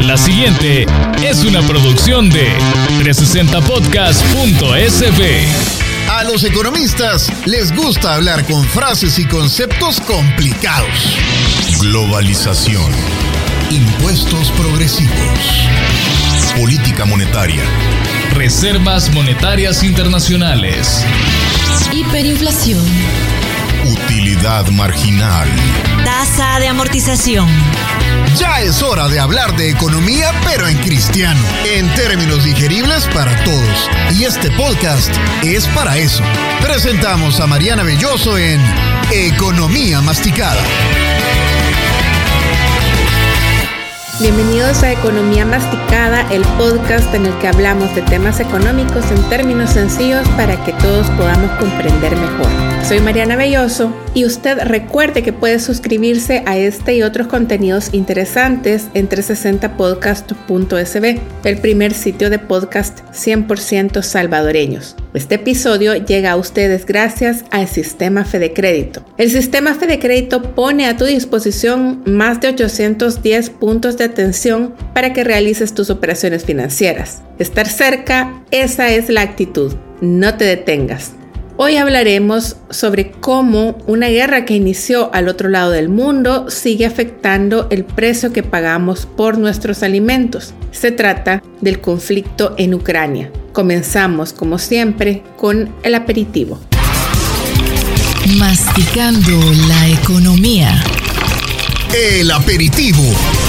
La siguiente es una producción de 360podcast.sb. A los economistas les gusta hablar con frases y conceptos complicados. Globalización, impuestos progresivos, política monetaria, reservas monetarias internacionales, hiperinflación, utilidad marginal, tasa de amortización. Ya es hora de hablar de economía, pero en cristiano, en términos digeribles para todos. Y este podcast es para eso. Presentamos a Mariana Belloso en Economía Masticada. Bienvenidos a Economía Masticada, el podcast en el que hablamos de temas económicos en términos sencillos para que todos podamos comprender mejor. Soy Mariana Belloso y usted recuerde que puede suscribirse a este y otros contenidos interesantes en 360podcast.sb, el primer sitio de podcast 100% salvadoreños. Este episodio llega a ustedes gracias al Sistema FedeCrédito. El Sistema FedeCrédito pone a tu disposición más de 810 puntos de atención para que realices tus operaciones financieras. Estar cerca, esa es la actitud. No te detengas. Hoy hablaremos sobre cómo una guerra que inició al otro lado del mundo sigue afectando el precio que pagamos por nuestros alimentos. Se trata del conflicto en Ucrania. Comenzamos, como siempre, con el aperitivo. Masticando la economía. El aperitivo.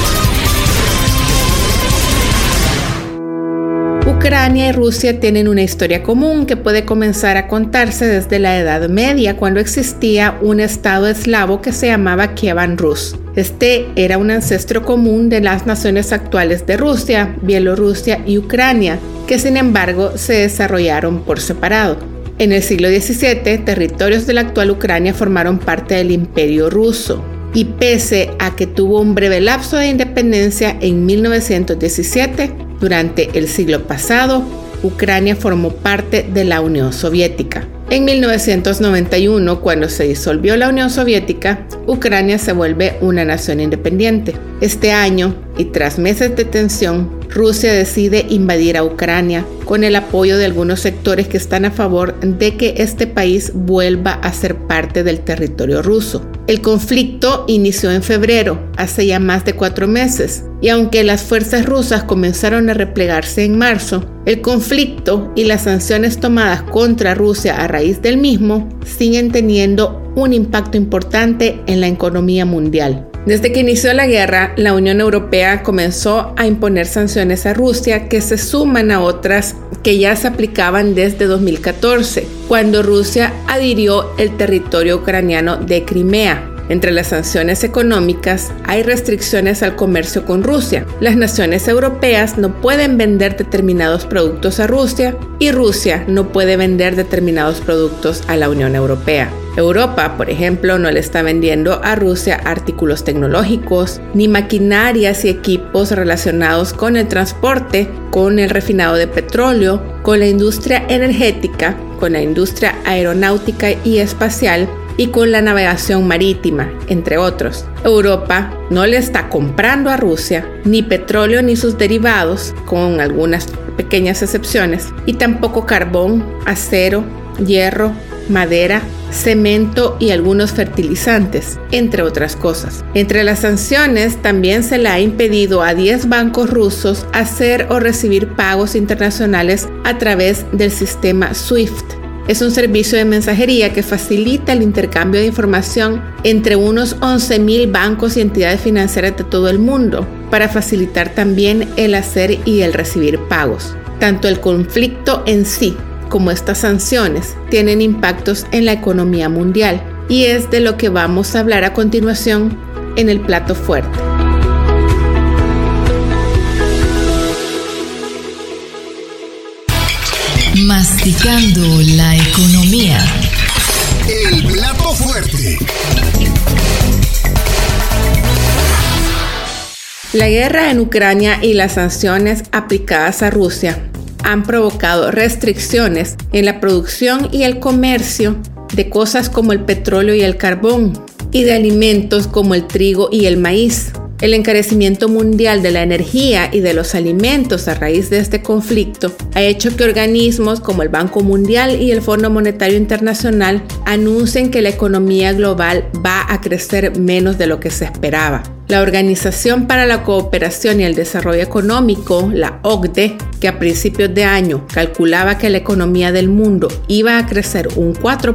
Ucrania y Rusia tienen una historia común que puede comenzar a contarse desde la Edad Media, cuando existía un estado eslavo que se llamaba Kievan Rus. Este era un ancestro común de las naciones actuales de Rusia, Bielorrusia y Ucrania, que sin embargo se desarrollaron por separado. En el siglo XVII, territorios de la actual Ucrania formaron parte del Imperio Ruso. Y pese a que tuvo un breve lapso de independencia en 1917, durante el siglo pasado, Ucrania formó parte de la Unión Soviética. En 1991, cuando se disolvió la Unión Soviética, Ucrania se vuelve una nación independiente. Este año, y tras meses de tensión, Rusia decide invadir a Ucrania con el apoyo de algunos sectores que están a favor de que este país vuelva a ser parte del territorio ruso. El conflicto inició en febrero, hace ya más de 4 meses, y aunque las fuerzas rusas comenzaron a replegarse en marzo, el conflicto y las sanciones tomadas contra Rusia a raíz del mismo siguen teniendo un impacto importante en la economía mundial. Desde que inició la guerra, la Unión Europea comenzó a imponer sanciones a Rusia que se suman a otras que ya se aplicaban desde 2014, cuando Rusia adhirió el territorio ucraniano de Crimea. Entre las sanciones económicas hay restricciones al comercio con Rusia. Las naciones europeas no pueden vender determinados productos a Rusia y Rusia no puede vender determinados productos a la Unión Europea. Europa, por ejemplo, no le está vendiendo a Rusia artículos tecnológicos, ni maquinarias y equipos relacionados con el transporte, con el refinado de petróleo, con la industria energética, con la industria aeronáutica y espacial, y con la navegación marítima, entre otros. Europa no le está comprando a Rusia ni petróleo ni sus derivados, con algunas pequeñas excepciones, y tampoco carbón, acero, hierro, madera, cemento y algunos fertilizantes, entre otras cosas. Entre las sanciones también se le ha impedido a 10 bancos rusos hacer o recibir pagos internacionales a través del sistema SWIFT. Es un servicio de mensajería que facilita el intercambio de información entre unos 11,000 bancos y entidades financieras de todo el mundo, para facilitar también el hacer y el recibir pagos. Tanto el conflicto en sí como estas sanciones tienen impactos en la economía mundial, y es de lo que vamos a hablar a continuación en el plato fuerte. Masticando la economía. El plato fuerte. La guerra en Ucrania y las sanciones aplicadas a Rusia han provocado restricciones en la producción y el comercio de cosas como el petróleo y el carbón, y de alimentos como el trigo y el maíz. El encarecimiento mundial de la energía y de los alimentos a raíz de este conflicto ha hecho que organismos como el Banco Mundial y el Fondo Monetario Internacional anuncien que la economía global va a crecer menos de lo que se esperaba. La Organización para la Cooperación y el Desarrollo Económico, la OCDE, que a principios de año calculaba que la economía del mundo iba a crecer un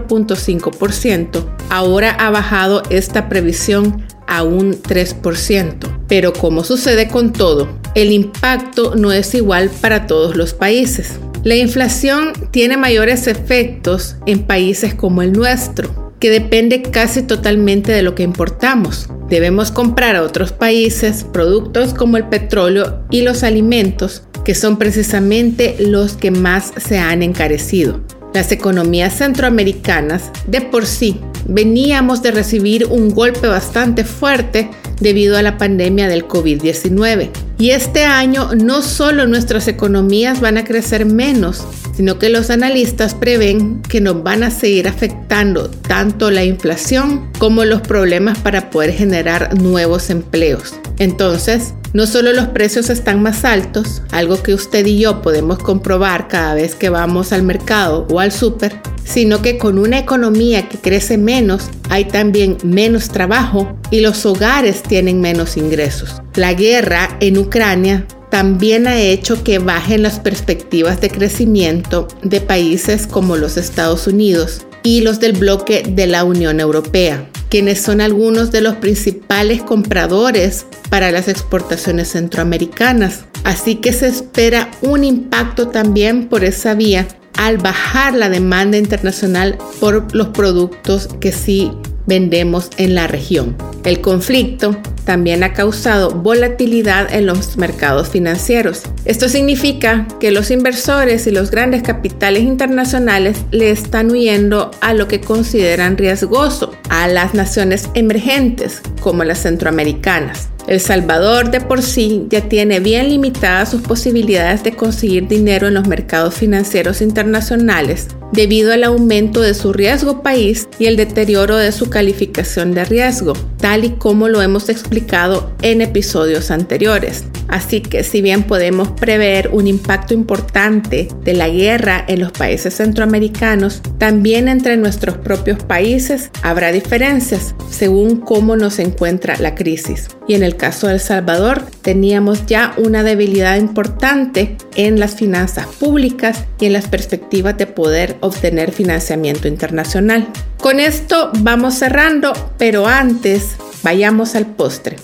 4.5%, ahora ha bajado esta previsión a un 3%. Pero como sucede con todo, el impacto no es igual para todos los países. La inflación tiene mayores efectos en países como el nuestro, que depende casi totalmente de lo que importamos. Debemos comprar a otros países productos como el petróleo y los alimentos, que son precisamente los que más se han encarecido. Las economías centroamericanas, de por sí, veníamos de recibir un golpe bastante fuerte debido a la pandemia del COVID-19. Y este año no solo nuestras economías van a crecer menos, sino que los analistas prevén que nos van a seguir afectando tanto la inflación como los problemas para poder generar nuevos empleos. Entonces, no solo los precios están más altos, algo que usted y yo podemos comprobar cada vez que vamos al mercado o al súper, sino que con una economía que crece menos, hay también menos trabajo y los hogares tienen menos ingresos. La guerra en Ucrania también ha hecho que bajen las perspectivas de crecimiento de países como los Estados Unidos y los del bloque de la Unión Europea, quienes son algunos de los principales compradores para las exportaciones centroamericanas. Así que se espera un impacto también por esa vía al bajar la demanda internacional por los productos que sí vendemos en la región. El conflicto también ha causado volatilidad en los mercados financieros. Esto significa que los inversores y los grandes capitales internacionales le están huyendo a lo que consideran riesgoso, a las naciones emergentes como las centroamericanas. El Salvador de por sí ya tiene bien limitadas sus posibilidades de conseguir dinero en los mercados financieros internacionales debido al aumento de su riesgo país y el deterioro de su calificación de riesgo, tal y como lo hemos explicado en episodios anteriores. Así que si bien podemos prever un impacto importante de la guerra en los países centroamericanos, también entre nuestros propios países habrá diferencias según cómo nos encuentra la crisis. Y en el caso de El Salvador, teníamos ya una debilidad importante en las finanzas públicas y en las perspectivas de poder obtener financiamiento internacional. Con esto vamos cerrando, pero antes vayamos al postre.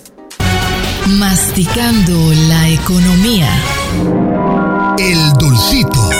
Masticando la economía. El dulcito.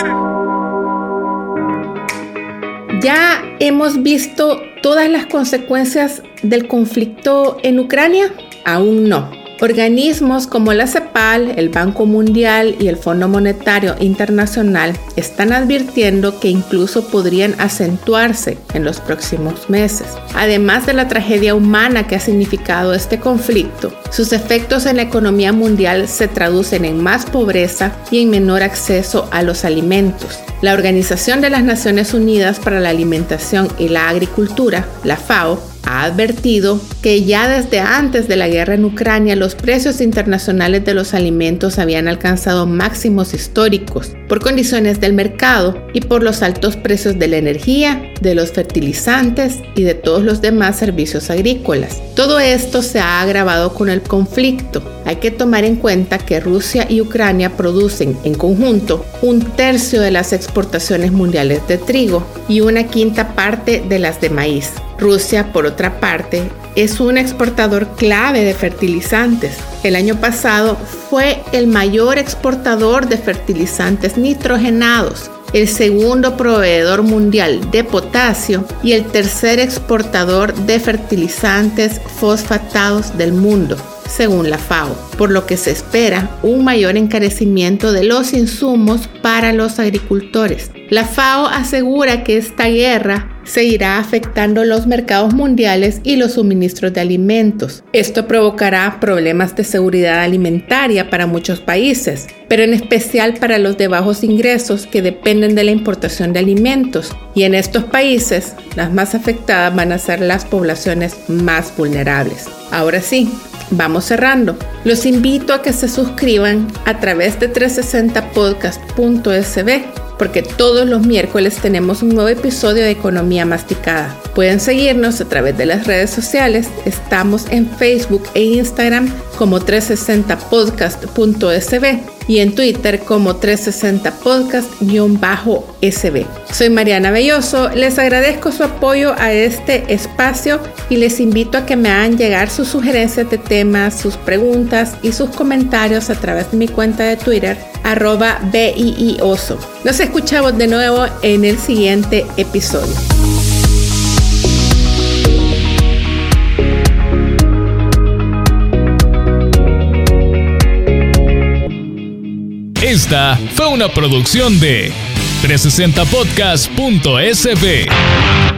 ¿Ya hemos visto todas las consecuencias del conflicto en Ucrania? Aún no. Organismos como la CEPAL, el Banco Mundial y el Fondo Monetario Internacional están advirtiendo que incluso podrían acentuarse en los próximos meses. Además de la tragedia humana que ha significado este conflicto, sus efectos en la economía mundial se traducen en más pobreza y en menor acceso a los alimentos. La Organización de las Naciones Unidas para la Alimentación y la Agricultura, la FAO, ha advertido que ya desde antes de la guerra en Ucrania los precios internacionales de los alimentos habían alcanzado máximos históricos por condiciones del mercado y por los altos precios de la energía, de los fertilizantes y de todos los demás servicios agrícolas. Todo esto se ha agravado con el conflicto. Hay que tomar en cuenta que Rusia y Ucrania producen en conjunto 1/3 de las exportaciones mundiales de trigo y 1/5 parte de las de maíz. Rusia, por otra parte, es un exportador clave de fertilizantes. El año pasado fue el mayor exportador de fertilizantes nitrogenados, el segundo proveedor mundial de potasio y el tercer exportador de fertilizantes fosfatados del mundo, según la FAO, por lo que se espera un mayor encarecimiento de los insumos para los agricultores. La FAO asegura que esta guerra seguirá afectando los mercados mundiales y los suministros de alimentos. Esto provocará problemas de seguridad alimentaria para muchos países, pero en especial para los de bajos ingresos que dependen de la importación de alimentos. Y en estos países, las más afectadas van a ser las poblaciones más vulnerables. Ahora sí, vamos cerrando. Los invito a que se suscriban a través de 360podcast.sb, porque todos los miércoles tenemos un nuevo episodio de Economía Masticada. Pueden seguirnos a través de las redes sociales. Estamos en Facebook e Instagram como 360podcast.sb y en Twitter como 360podcast-sb. Soy Mariana Belloso, les agradezco su apoyo a este espacio y les invito a que me hagan llegar sus sugerencias de temas, sus preguntas y sus comentarios a través de mi cuenta de Twitter, @BIIOso. Nos escuchamos de nuevo en el siguiente episodio. Esta fue una producción de 360podcast.sb.